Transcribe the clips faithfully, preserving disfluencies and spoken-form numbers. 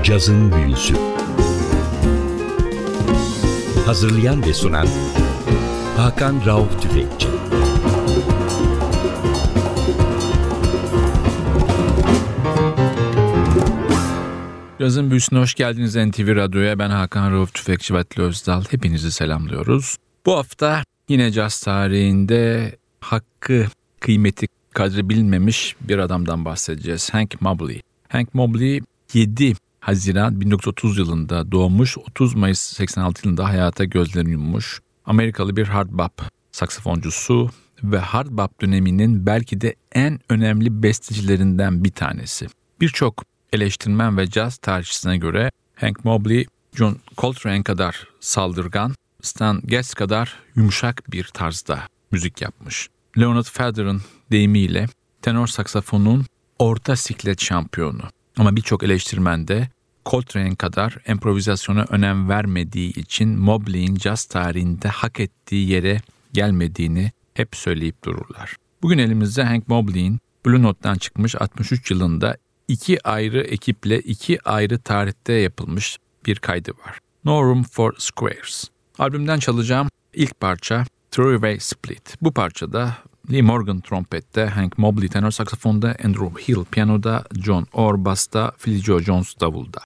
Cazın Büyüsü. Hazırlayan ve sunan Hakan Rauf Tüfekçi. Cazın Büyüsü'ne hoş geldiniz N T V Radyo'ya. Ben Hakan Rauf Tüfekçi ve Atli Özdal. Hepinizi selamlıyoruz. Bu hafta yine caz tarihinde hakkı, kıymeti, kadri bilinmemiş bir adamdan bahsedeceğiz. Hank Mobley. Hank Mobley yedi Haziran bin dokuz yüz otuz yılında doğmuş, otuz Mayıs seksen altı yılında hayata gözlerini yummuş. Amerikalı bir hard bop saksafoncusu ve hard bop döneminin belki de en önemli bestecilerinden bir tanesi. Birçok eleştirmen ve caz tarihçisine göre Hank Mobley, John Coltrane kadar saldırgan, Stan Getz kadar yumuşak bir tarzda müzik yapmış. Leonard Feather'ın deyimiyle tenor saksafonun orta siklet şampiyonu. Ama birçok eleştirmen de Coltrane kadar improvizasyona önem vermediği için Mobley'in caz tarihinde hak ettiği yere gelmediğini hep söyleyip dururlar. Bugün elimizde Hank Mobley'in Blue Note'dan çıkmış altmış üç yılında iki ayrı ekiple iki ayrı tarihte yapılmış bir kaydı var. No Room for Squares. Albümden çalacağım ilk parça Three-Way Split. Bu parçada Lee Morgan trompette, Hank Mobley tenor saksafonda, Andrew Hill piyanoda, John Orr basta, Philly Joe Jones davulda.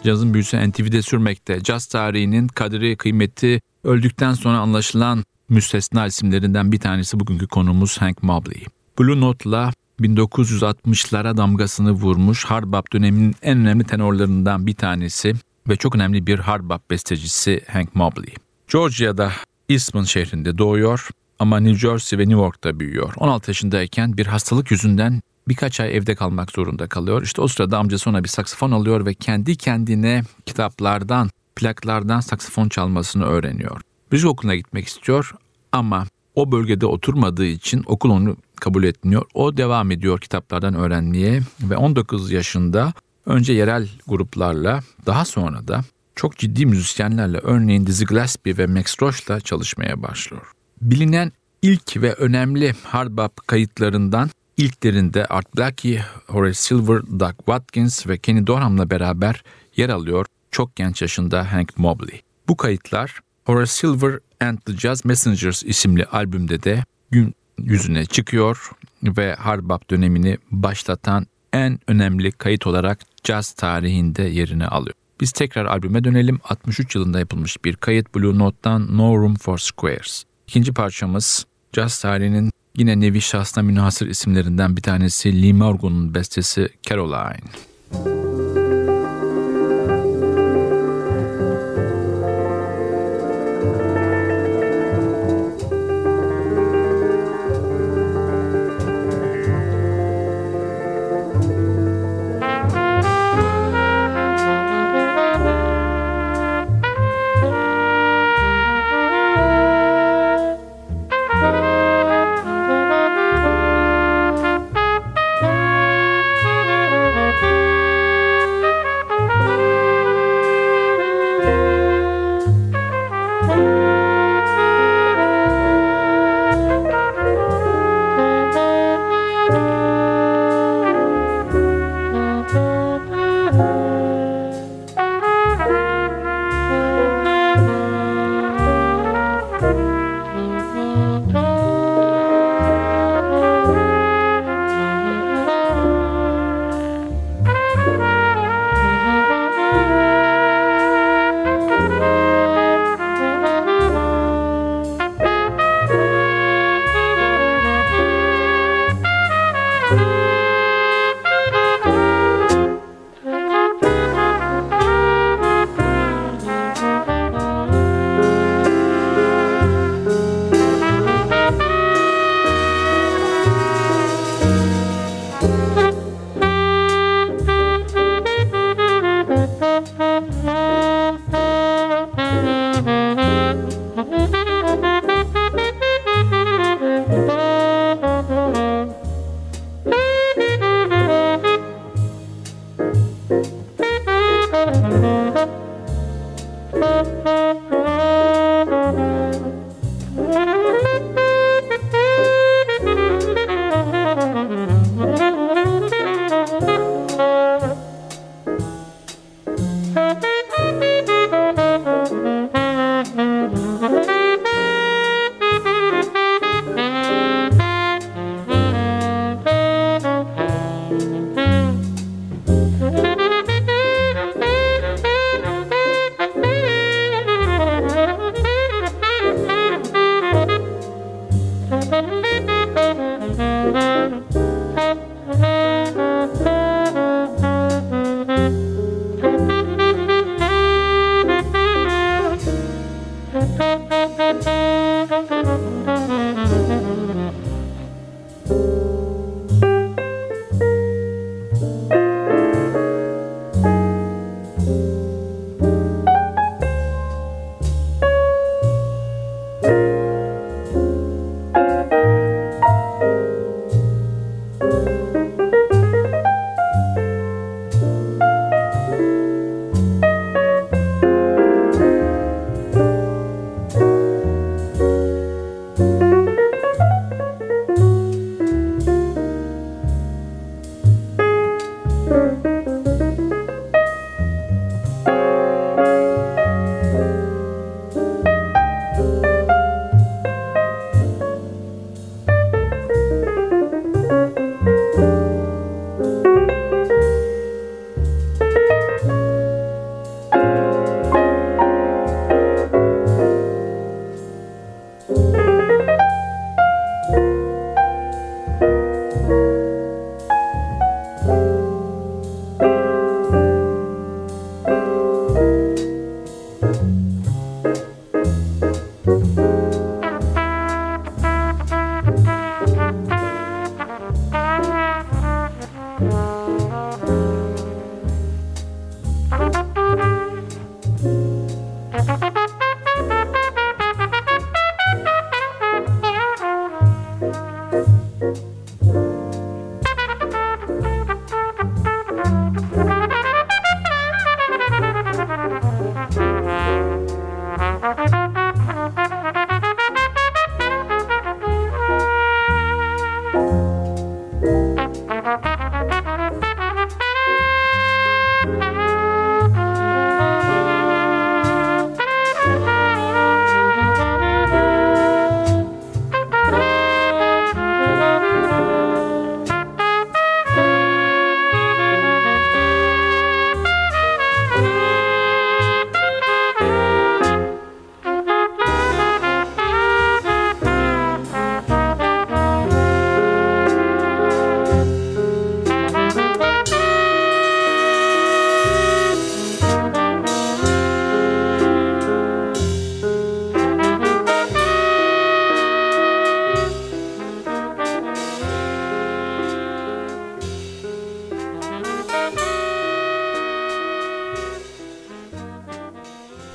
cazın büyüsü N T V'de sürmekte. Caz tarihinin kadri, kıymeti öldükten sonra anlaşılan müstesna isimlerinden bir tanesi bugünkü konuğumuz Hank Mobley. Blue Note'la bin dokuz yüz altmışlara damgasını vurmuş hard bop döneminin en önemli tenorlarından bir tanesi ve çok önemli bir hard bop bestecisi Hank Mobley. Georgia'da Eastman şehrinde doğuyor ama New Jersey ve New York'ta büyüyor. on altı yaşındayken bir hastalık yüzünden birkaç ay evde kalmak zorunda kalıyor. İşte o sırada amcası ona bir saksafon alıyor ve kendi kendine kitaplardan, plaklardan saksafon çalmasını öğreniyor. Müzik okuluna gitmek istiyor ama o bölgede oturmadığı için okul onu kabul etmiyor. O devam ediyor kitaplardan öğrenmeye ve on dokuz yaşında önce yerel gruplarla, daha sonra da çok ciddi müzisyenlerle, örneğin Dizzy Gillespie ve Max Roach'la çalışmaya başlıyor. Bilinen ilk ve önemli hard bop kayıtlarından ilklerinde Art Blakey, Horace Silver, Doug Watkins ve Kenny Dorham'la beraber yer alıyor çok genç yaşında Hank Mobley. Bu kayıtlar Horace Silver and the Jazz Messengers isimli albümde de gün yüzüne çıkıyor ve hard bop dönemini başlatan en önemli kayıt olarak caz tarihinde yerini alıyor. Biz tekrar albüme dönelim. altmış üç yılında yapılmış bir kayıt Blue Note'dan No Room for Squares. İkinci parçamız caz tarihinin yine nevi şahsına münhasır isimlerinden bir tanesi Lee Morgan'ın bestesi Caroline.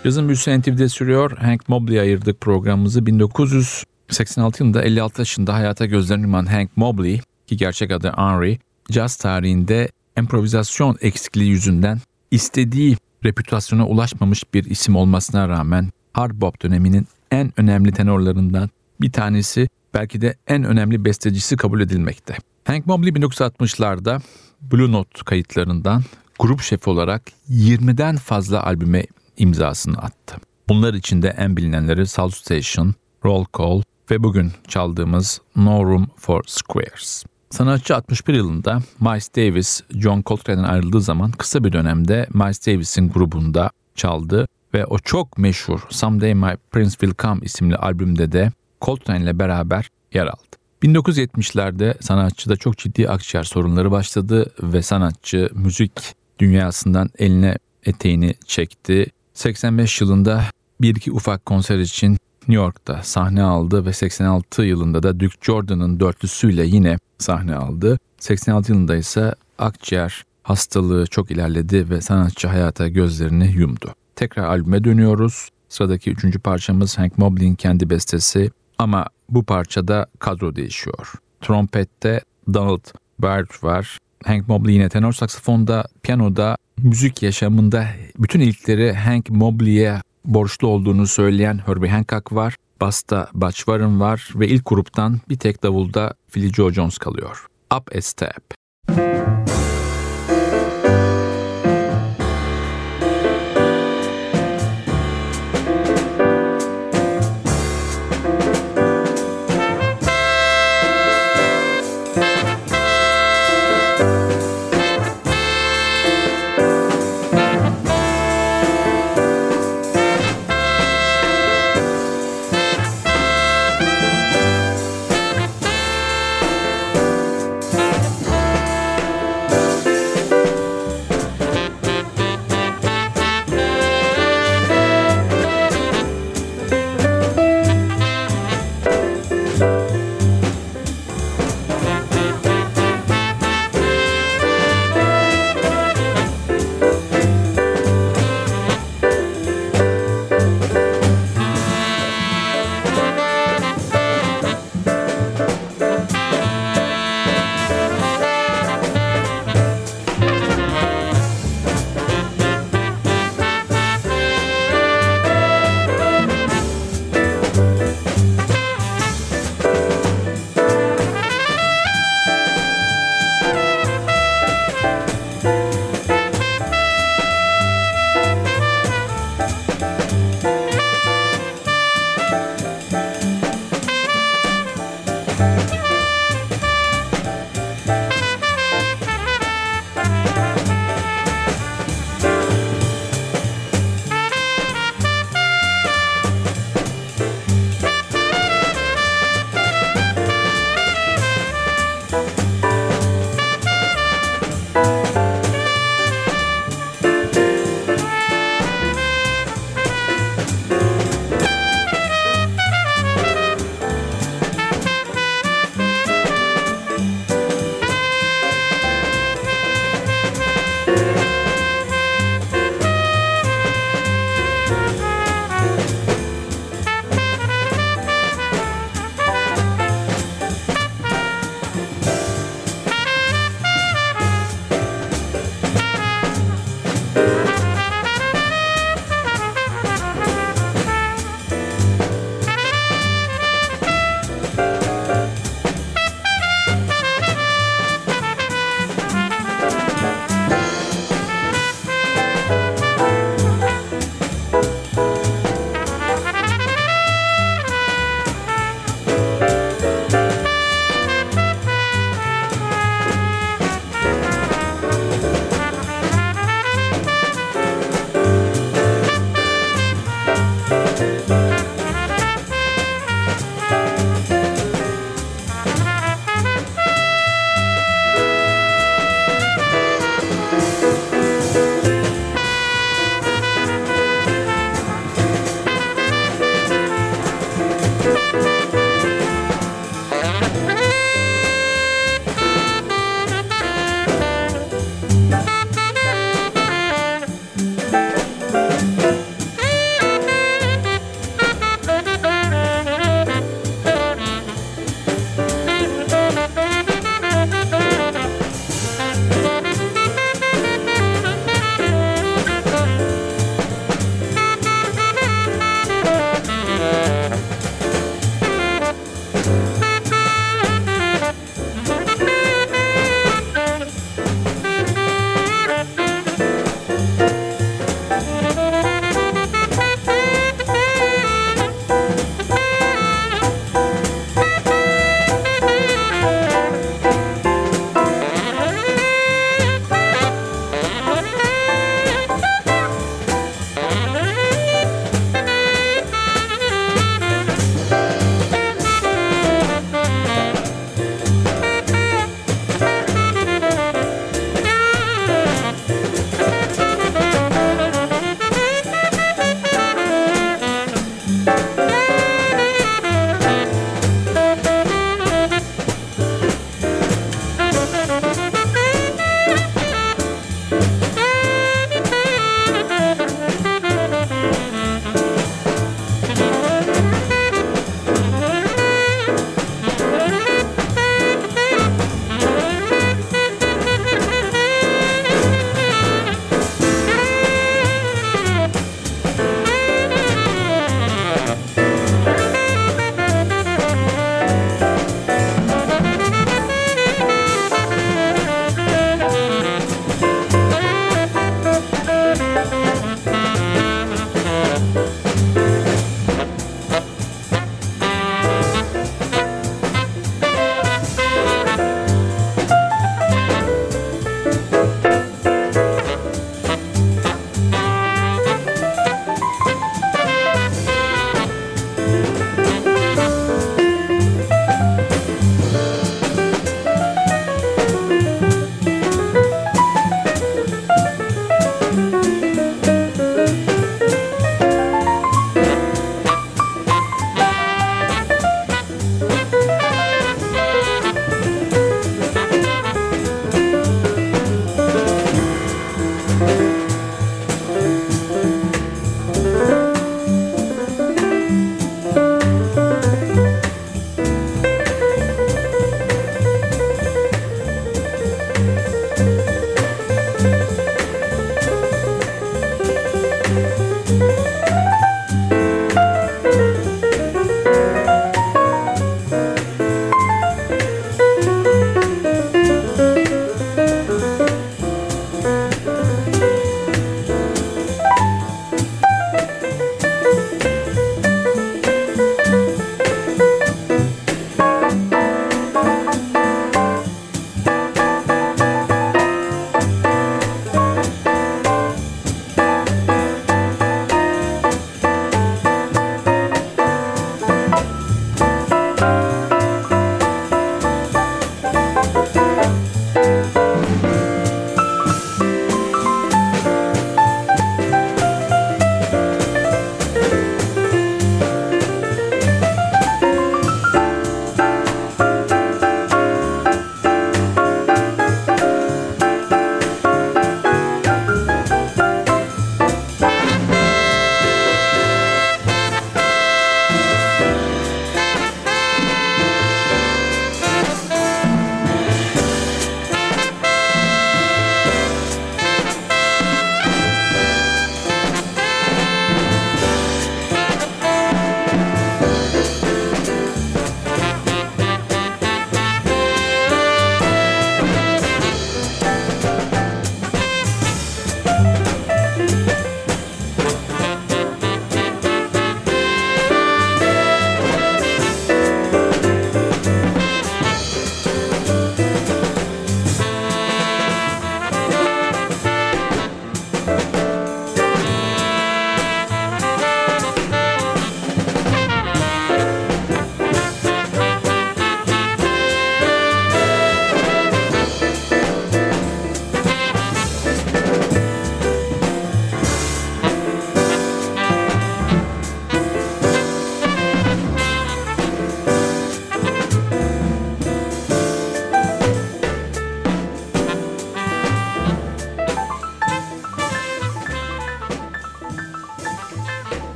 Cazın büyüsü N T V'de sürüyor. Hank Mobley'e ayırdık programımızı. bin dokuz yüz seksen altı yılında elli altı yaşında hayata gözlerini yuman Hank Mobley, ki gerçek adı Henry, caz tarihinde improvizasyon eksikliği yüzünden istediği reputasyona ulaşmamış bir isim olmasına rağmen hard bop döneminin en önemli tenorlarından bir tanesi, belki de en önemli bestecisi kabul edilmekte. Hank Mobley bin dokuz yüz altmışlarda Blue Note kayıtlarından grup şefi olarak yirmiden fazla albüme imzasını attı. Bunlar içinde en bilinenleri South Station, Roll Call ve bugün çaldığımız No Room for Squares. Sanatçı altmış bir yılında Miles Davis, John Coltrane'den ayrıldığı zaman kısa bir dönemde Miles Davis'in grubunda çaldı ve o çok meşhur Someday My Prince Will Come isimli albümde de Coltrane ile beraber yer aldı. bin dokuz yüz yetmişlerde sanatçıda çok ciddi akciğer sorunları başladı ve sanatçı müzik dünyasından eline eteğini çekti. seksen beş yılında bir iki ufak konser için New York'ta sahne aldı ve seksen altı yılında da Duke Jordan'ın dörtlüsüyle yine sahne aldı. seksen altı yılında ise akciğer hastalığı çok ilerledi ve sanatçı hayata gözlerini yumdu. Tekrar albüme dönüyoruz. Sıradaki üçüncü parçamız Hank Mobley'in kendi bestesi ama bu parçada kadro değişiyor. Trompette Donald Byrd var. Hank Mobley yine tenor saksafonda, piyanoda, müzik yaşamında bütün ilkleri Hank Mobley'e borçlu olduğunu söyleyen Herbie Hancock var. Basta Butch Warren var ve ilk gruptan bir tek davulda Philly Joe Jones kalıyor. Up a Step.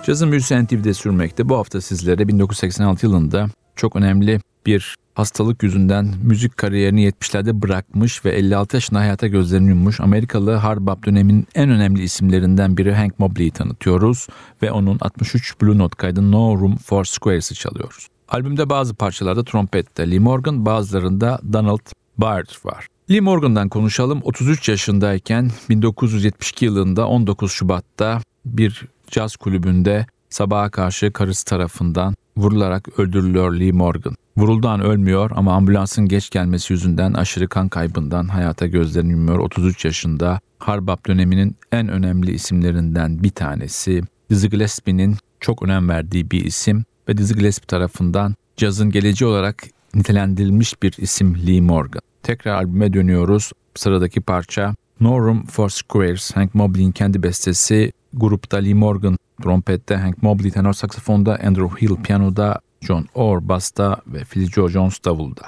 Cazın büyüsü N T V'de sürmekte. Bu hafta sizlere bin dokuz yüz seksen altı yılında çok önemli bir hastalık yüzünden müzik kariyerini yetmişlerde bırakmış ve elli altı yaşında hayata gözlerini yummuş Amerikalı hard bop döneminin en önemli isimlerinden biri Hank Mobley'i tanıtıyoruz ve onun altmış üç Blue Note kaydı No Room for Squares'ı çalıyoruz. Albümde bazı parçalarda trompette Lee Morgan, bazılarında Donald Byrd var. Lee Morgan'dan konuşalım. otuz üç yaşındayken bin dokuz yüz yetmiş iki yılında on dokuz Şubat'ta bir caz kulübünde sabaha karşı karısı tarafından vurularak öldürülüyor Lee Morgan. Vurulduğu ölmüyor ama ambulansın geç gelmesi yüzünden aşırı kan kaybından hayata gözlerini yumuyor. otuz üç yaşında hard bop döneminin en önemli isimlerinden bir tanesi. Dizzy Gillespie'nin çok önem verdiği bir isim ve Dizzy Gillespie tarafından cazın geleceği olarak nitelendirilmiş bir isim Lee Morgan. Tekrar albüme dönüyoruz. Sıradaki parça No Room for Squares, Hank Mobley'in kendi bestesi. Grupta Lee Morgan trompette, Hank Mobley tenor saksafonda, Andrew Hill piyanoda, John Orr basta ve Philly Joe Jones davulda.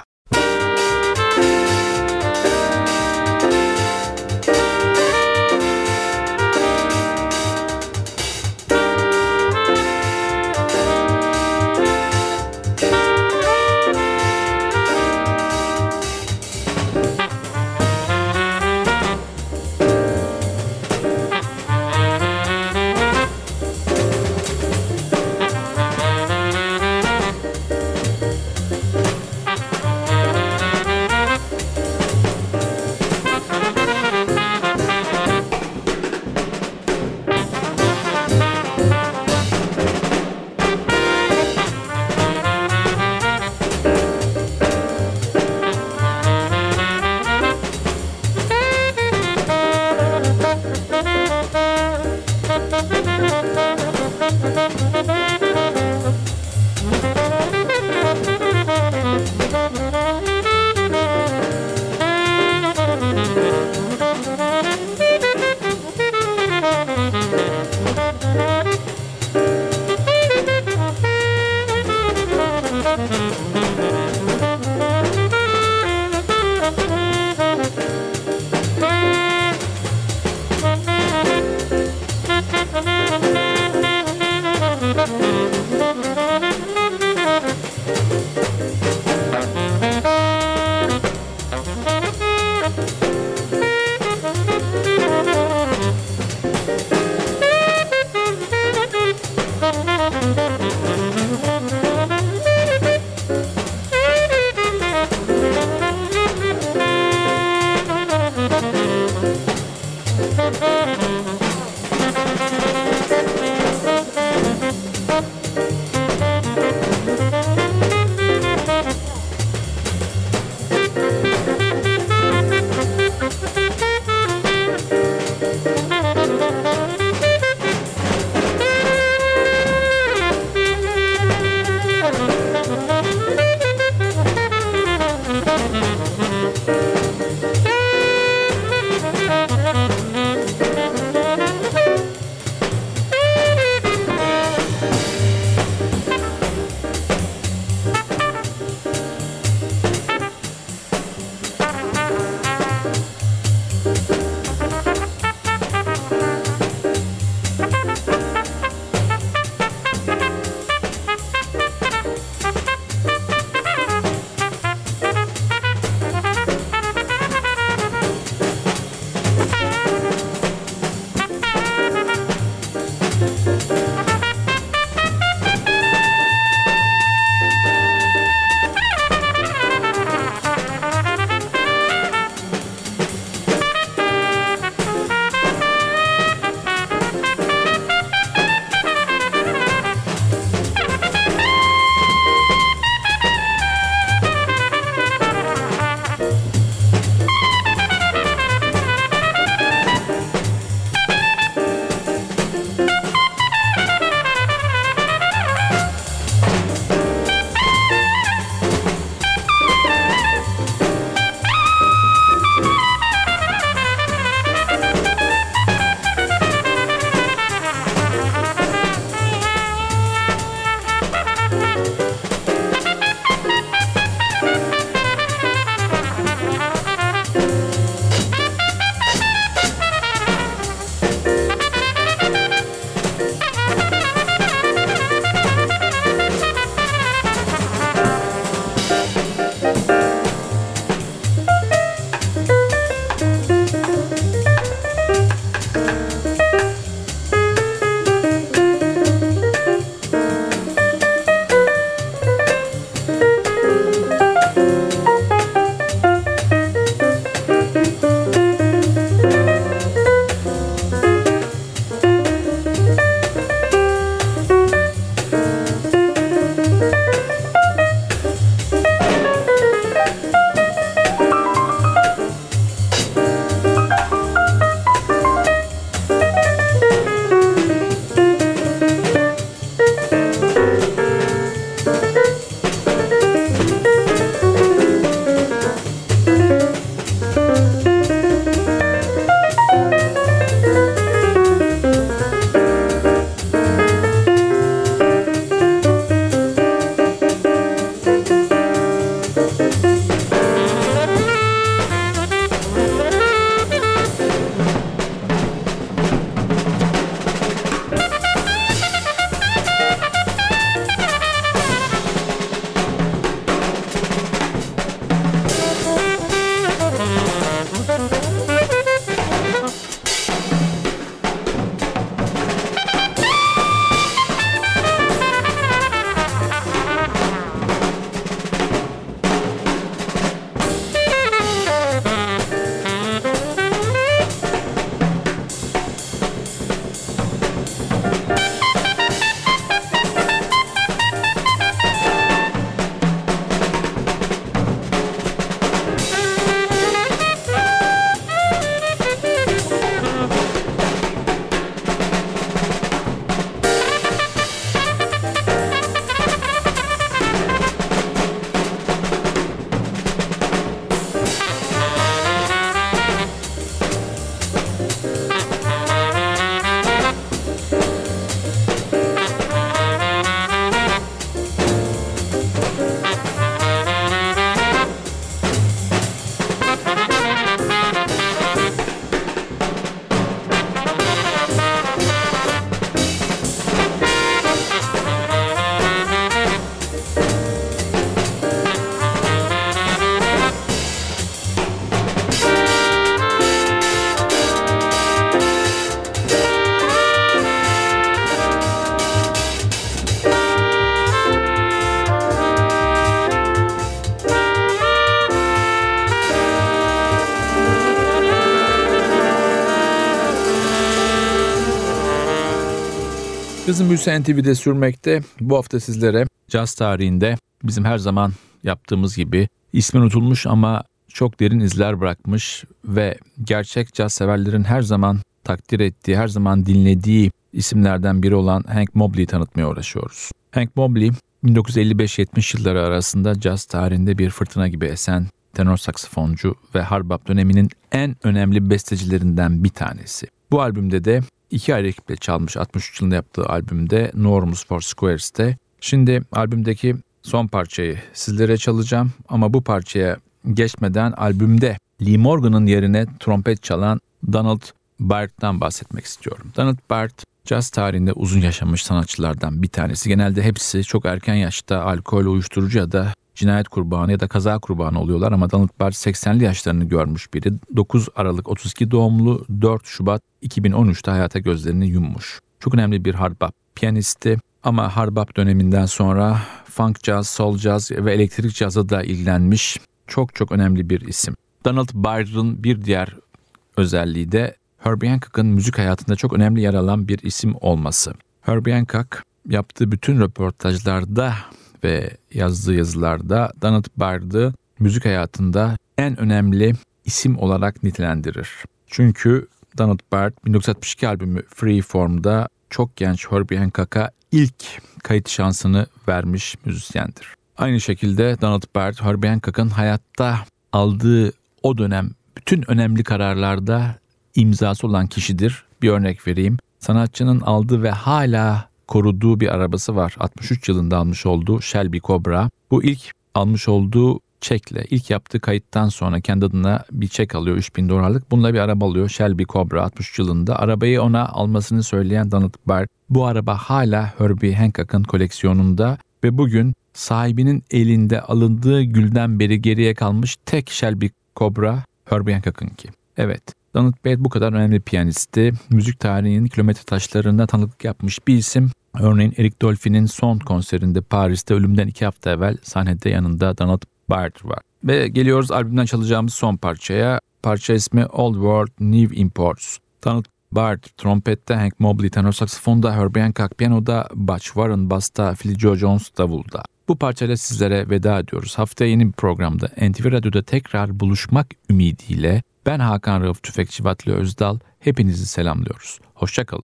Cazın büyüsü N T V'de sürmekte. Bu hafta sizlere caz tarihinde bizim her zaman yaptığımız gibi ismi unutulmuş ama çok derin izler bırakmış ve gerçek caz severlerin her zaman takdir ettiği, her zaman dinlediği isimlerden biri olan Hank Mobley'i tanıtmaya uğraşıyoruz. Hank Mobley, bin dokuz yüz elli beş yetmiş yılları arasında caz tarihinde bir fırtına gibi esen tenor saksafoncu ve hard bop döneminin en önemli bestecilerinden bir tanesi. Bu albümde de iki ayrı ekiple çalmış, altmış üç yılında yaptığı albümde No Rooms for Squares'te. Şimdi albümdeki son parçayı sizlere çalacağım ama bu parçaya geçmeden albümde Lee Morgan'ın yerine trompet çalan Donald Byrd'dan bahsetmek istiyorum. Donald Byrd, caz tarihinde uzun yaşamış sanatçılardan bir tanesi. Genelde hepsi çok erken yaşta alkol, uyuşturucu ya da cinayet kurbanı ya da kaza kurbanı oluyorlar ama Donald Byrd seksenli yaşlarını görmüş biri. dokuz Aralık otuz iki doğumlu, dört Şubat iki bin on üçte hayata gözlerini yummuş. Çok önemli bir hard bop piyanisti ama hard bop döneminden sonra funk jazz, soul jazz ve elektrik caz'a da ilgilenmiş çok çok önemli bir isim. Donald Byrd'ın bir diğer özelliği de Herbie Hancock'ın müzik hayatında çok önemli yer alan bir isim olması. Herbie Hancock yaptığı bütün röportajlarda ve yazdığı yazılarda Donald Byrd'ı müzik hayatında en önemli isim olarak nitelendirir. Çünkü Donald Byrd bin dokuz yüz altmış iki albümü Freeform'da çok genç Herbie Hancock'a ilk kayıt şansını vermiş müzisyendir. Aynı şekilde Donald Byrd, Herbie Hancock'ın hayatta aldığı o dönem bütün önemli kararlarda imzası olan kişidir. Bir örnek vereyim. Sanatçının aldığı ve hala koruduğu bir arabası var. altmış üç yılında almış olduğu Shelby Cobra. Bu ilk almış olduğu çekle, ilk yaptığı kayıttan sonra kendi adına bir çek alıyor, üç bin dolarlık. Bununla bir araba alıyor, Shelby Cobra, altmış üç yılında. Arabayı ona almasını söyleyen Donald Byrd. Bu araba hala Herbie Hancock'ın koleksiyonunda ve bugün sahibinin elinde alındığı günden beri geriye kalmış tek Shelby Cobra Herbie Hancock'ınki. Evet, Donald Byrd bu kadar önemli piyanisti. Müzik tarihinin kilometre taşlarında tanıklık yapmış bir isim. Örneğin Eric Dolphy'nin son konserinde Paris'te ölümden iki hafta evvel sahnede yanında Donald Byrd var. Ve geliyoruz albümden çalacağımız son parçaya. Parça ismi Old World New Imports. Donald Byrd trompette, Hank Mobley tenor saksafonda, Herbie Hancock piyanoda, Butch Warren basta, Philly Joe Jones davulda. Bu parçayla sizlere veda ediyoruz. Haftaya yeni bir programda N T V Radyo'da tekrar buluşmak ümidiyle ben Hakan Rauf Tüfekçi Vatlı Özdal. Hepinizi selamlıyoruz. Hoşça kalın.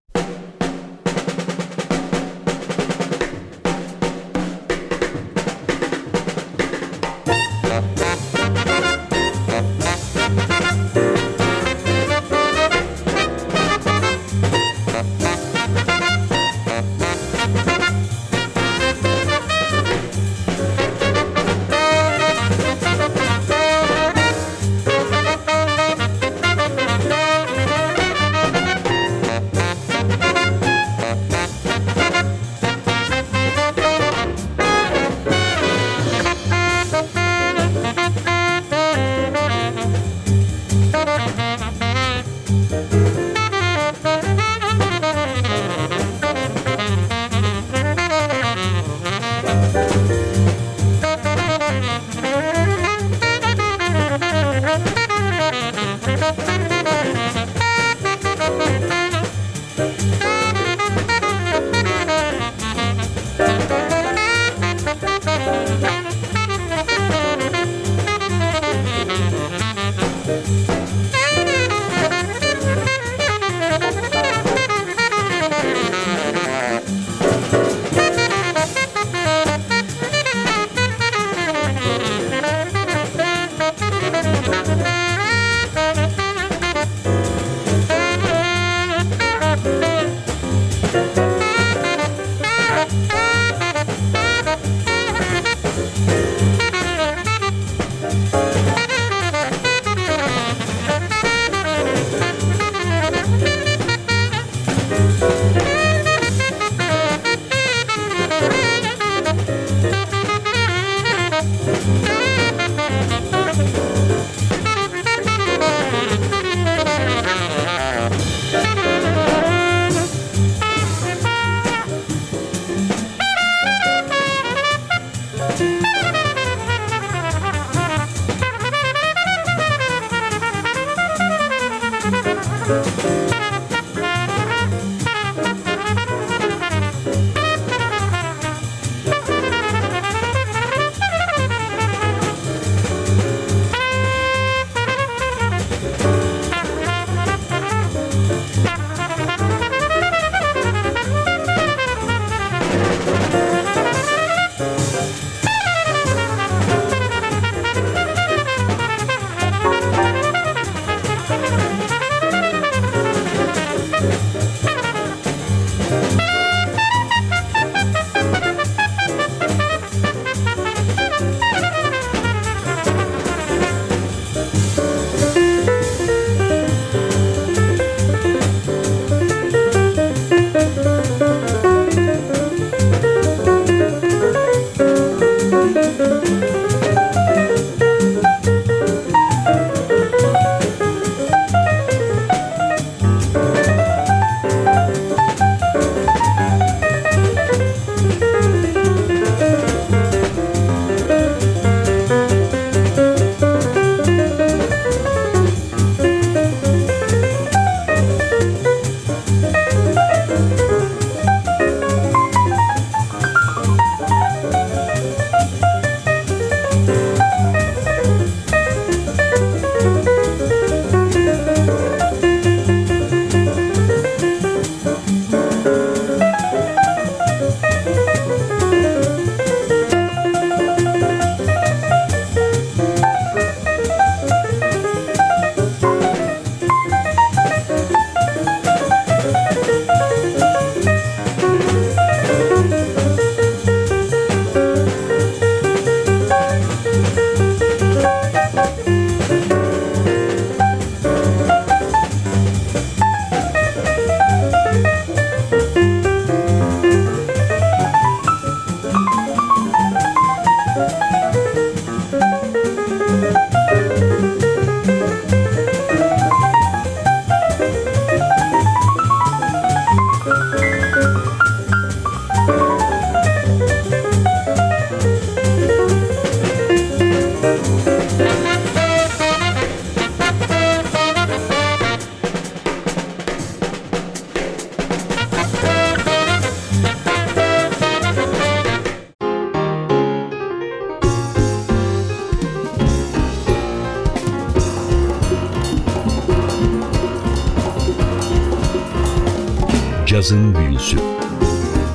Cazın Büyüsü.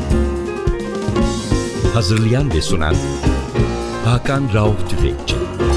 Hazırlayan ve sunan Hakan Rauf Tüfekçi.